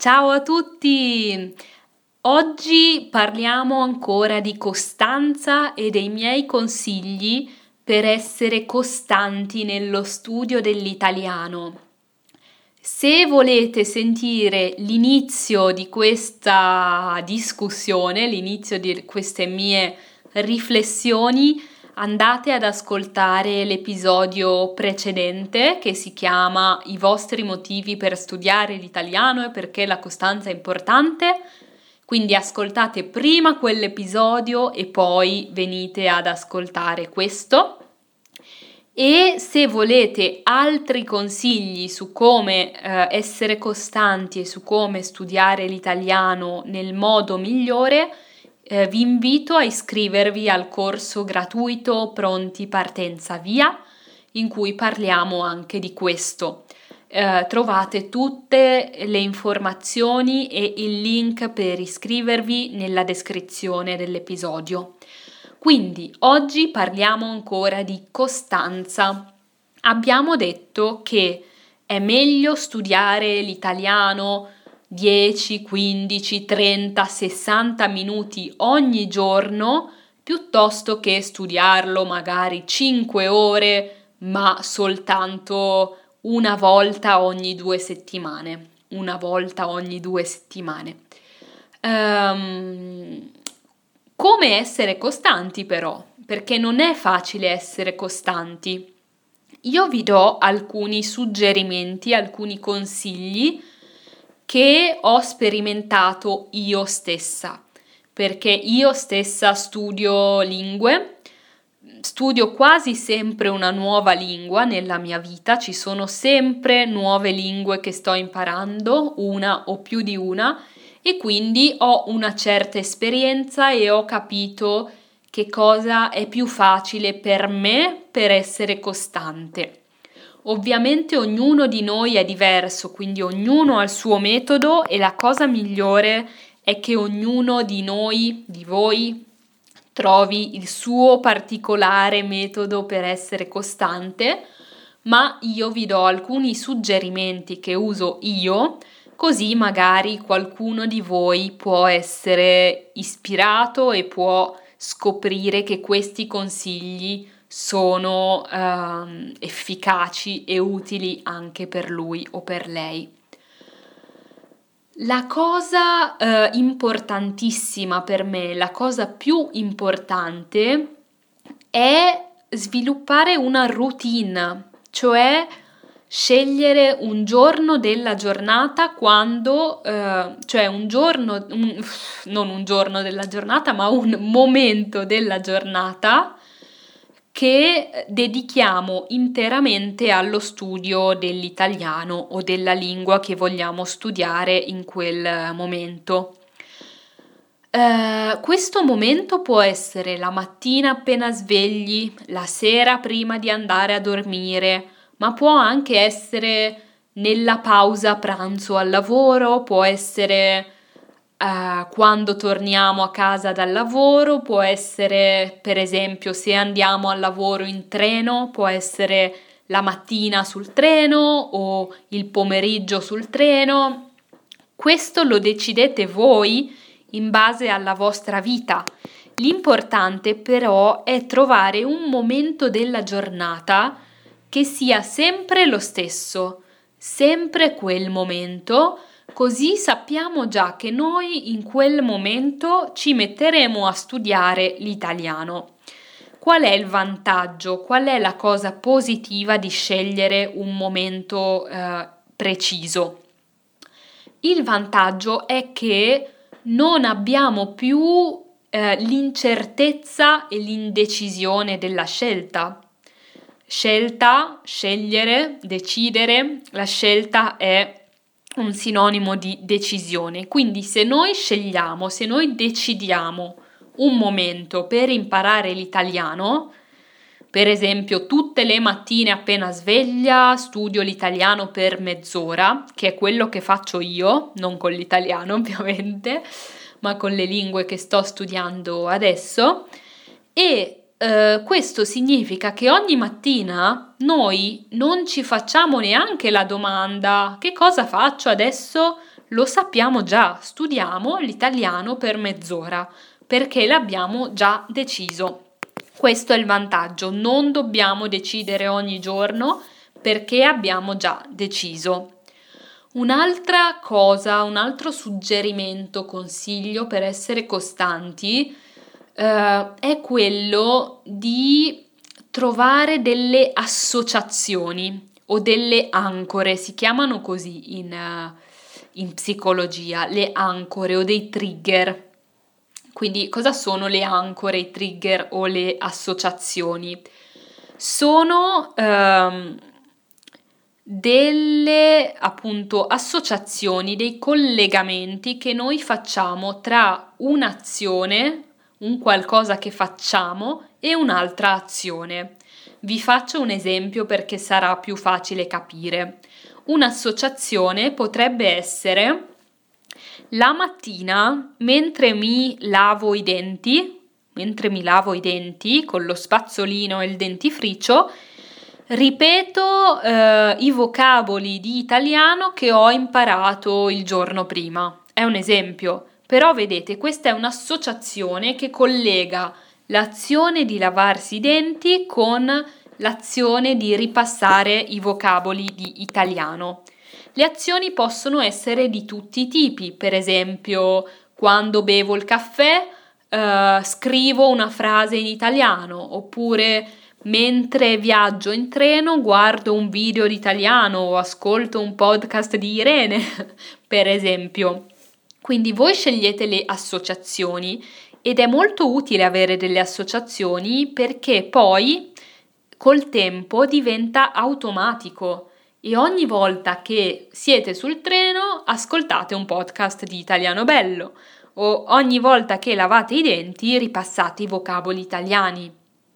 Ciao a tutti! Oggi parliamo ancora di costanza e dei miei consigli per essere costanti nello studio dell'italiano. Se volete sentire l'inizio di questa discussione, l'inizio di queste mie riflessioni, andate ad ascoltare l'episodio precedente che si chiama I vostri motivi per studiare l'italiano e perché la costanza è importante. Quindi ascoltate prima quell'episodio e poi venite ad ascoltare questo. E se volete altri consigli su come essere costanti e su come studiare l'italiano nel modo migliore, vi invito a iscrivervi al corso gratuito Pronti Partenza Via, in cui parliamo anche di questo. Trovate tutte le informazioni e il link per iscrivervi nella descrizione dell'episodio. Quindi oggi parliamo ancora di costanza. Abbiamo detto che è meglio studiare l'italiano 10, 15, 30, 60 minuti ogni giorno piuttosto che studiarlo magari 5 ore ma soltanto una volta ogni 2 settimane. Una volta ogni 2 settimane. Come essere costanti però? Perché non è facile essere costanti. Io vi do alcuni suggerimenti, alcuni consigli che ho sperimentato io stessa, perché io stessa studio lingue, studio quasi sempre una nuova lingua nella mia vita, ci sono sempre nuove lingue che sto imparando, una o più di una, e quindi ho una certa esperienza e ho capito che cosa è più facile per me per essere costante. Ovviamente ognuno di noi è diverso, quindi ognuno ha il suo metodo e la cosa migliore è che ognuno di noi, di voi, trovi il suo particolare metodo per essere costante, ma io vi do alcuni suggerimenti che uso io, così magari qualcuno di voi può essere ispirato e può scoprire che questi consigli sono efficaci e utili anche per lui o per lei. La cosa importantissima per me, la cosa più importante è sviluppare una routine, cioè scegliere un giorno della giornata quando, cioè un giorno, non un giorno della giornata, ma un momento della giornata che dedichiamo interamente allo studio dell'italiano o della lingua che vogliamo studiare in quel momento. Questo momento può essere la mattina appena svegli, la sera prima di andare a dormire, ma può anche essere nella pausa pranzo al lavoro, può essere quando torniamo a casa dal lavoro, può essere per esempio se andiamo al lavoro in treno, può essere la mattina sul treno o il pomeriggio sul treno. Questo lo decidete voi in base alla vostra vita. L'importante però è trovare un momento della giornata che sia sempre lo stesso, sempre quel momento, così sappiamo già che noi in quel momento ci metteremo a studiare l'italiano. Qual è il vantaggio? Qual è la cosa positiva di scegliere un momento preciso? Il vantaggio è che non abbiamo più l'incertezza e l'indecisione della scelta. Scegliere, decidere, la scelta è un sinonimo di decisione. Quindi se noi scegliamo, se noi decidiamo un momento per imparare l'italiano, per esempio tutte le mattine appena sveglia studio l'italiano per mezz'ora, che è quello che faccio io, non con l'italiano ovviamente, ma con le lingue che sto studiando adesso, e questo significa che ogni mattina noi non ci facciamo neanche la domanda: che cosa faccio adesso? lo sappiamo già, studiamo l'italiano per mezz'ora perché l'abbiamo già deciso. Questo è il vantaggio, non dobbiamo decidere ogni giorno perché abbiamo già deciso. Un'altra cosa, un altro suggerimento, consiglio per essere costanti è quello di trovare delle associazioni o delle ancore, si chiamano così in psicologia, le ancore o dei trigger. Quindi cosa sono le ancore, i trigger o le associazioni? Sono delle appunto associazioni, dei collegamenti che noi facciamo tra un'azione, un qualcosa che facciamo e un'altra azione. Vi faccio un esempio perché sarà più facile capire. Un'associazione potrebbe essere: la mattina, mentre mi lavo i denti con lo spazzolino e il dentifricio, ripeto i vocaboli di italiano che ho imparato il giorno prima. È un esempio, però vedete, questa è un'associazione che collega l'azione di lavarsi i denti con l'azione di ripassare i vocaboli di italiano. Le azioni possono essere di tutti i tipi, per esempio, quando bevo il caffè, scrivo una frase in italiano, oppure mentre viaggio in treno guardo un video di italiano o ascolto un podcast di Irene, per esempio. Quindi voi scegliete le associazioni ed è molto utile avere delle associazioni perché poi col tempo diventa automatico e ogni volta che siete sul treno ascoltate un podcast di Italiano Bello o ogni volta che lavate i denti ripassate i vocaboli italiani.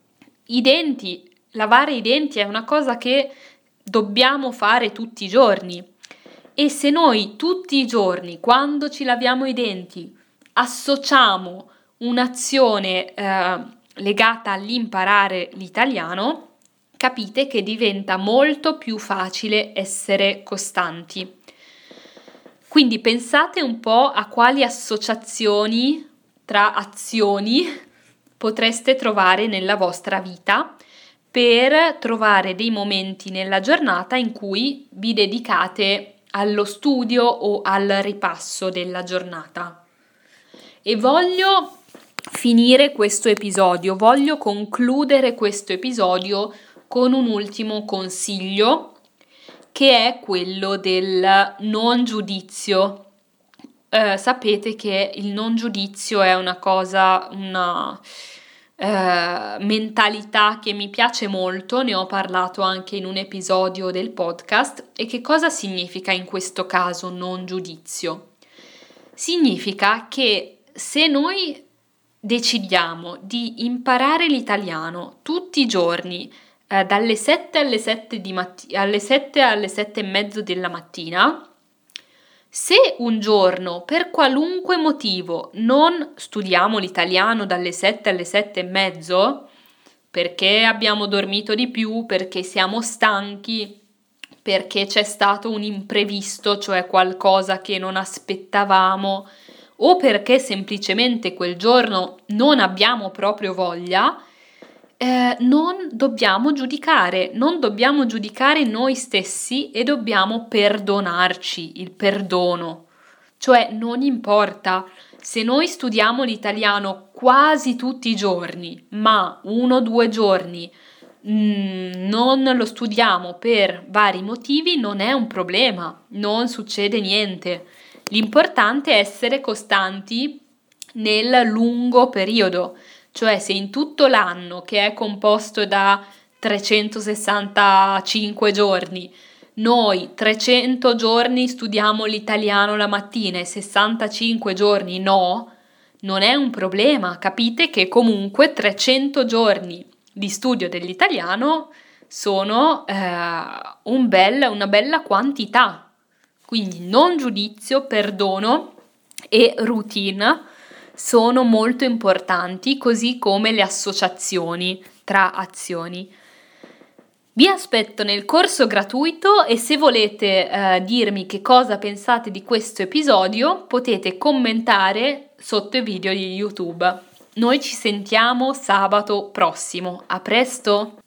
Lavare i denti è una cosa che dobbiamo fare tutti i giorni e se noi tutti i giorni quando ci laviamo i denti associamo un'azione legata all'imparare l'italiano, capite che diventa molto più facile essere costanti. Quindi pensate un po' a quali associazioni tra azioni potreste trovare nella vostra vita per trovare dei momenti nella giornata in cui vi dedicate allo studio o al ripasso della giornata. E voglio finire questo episodio, voglio concludere questo episodio con un ultimo consiglio che è quello del non giudizio. Sapete che il non giudizio è una cosa, una mentalità che mi piace molto, ne ho parlato anche in un episodio del podcast. E che cosa significa in questo caso non giudizio? Significa che se noi decidiamo di imparare l'italiano tutti i giorni, dalle 7 alle 7 alle 7 alle 7 e mezzo della mattina, se un giorno per qualunque motivo non studiamo l'italiano dalle 7 alle 7 e mezzo, perché abbiamo dormito di più, perché siamo stanchi, perché c'è stato un imprevisto, cioè qualcosa che non aspettavamo, o perché semplicemente quel giorno non abbiamo proprio voglia, non dobbiamo giudicare noi stessi e dobbiamo perdonarci, il perdono. Cioè non importa se noi studiamo l'italiano quasi tutti i giorni, ma 1 o 2 giorni non lo studiamo per vari motivi, non è un problema, non succede niente. L'importante è essere costanti nel lungo periodo, cioè se in tutto l'anno, che è composto da 365 giorni, noi 300 giorni studiamo l'italiano la mattina e 65 giorni no, non è un problema. Capite che comunque 300 giorni di studio dell'italiano sono una bella quantità. Quindi non giudizio, perdono e routine sono molto importanti, così come le associazioni tra azioni. Vi aspetto nel corso gratuito e se volete dirmi che cosa pensate di questo episodio potete commentare sotto i video di YouTube. Noi ci sentiamo sabato prossimo. A presto!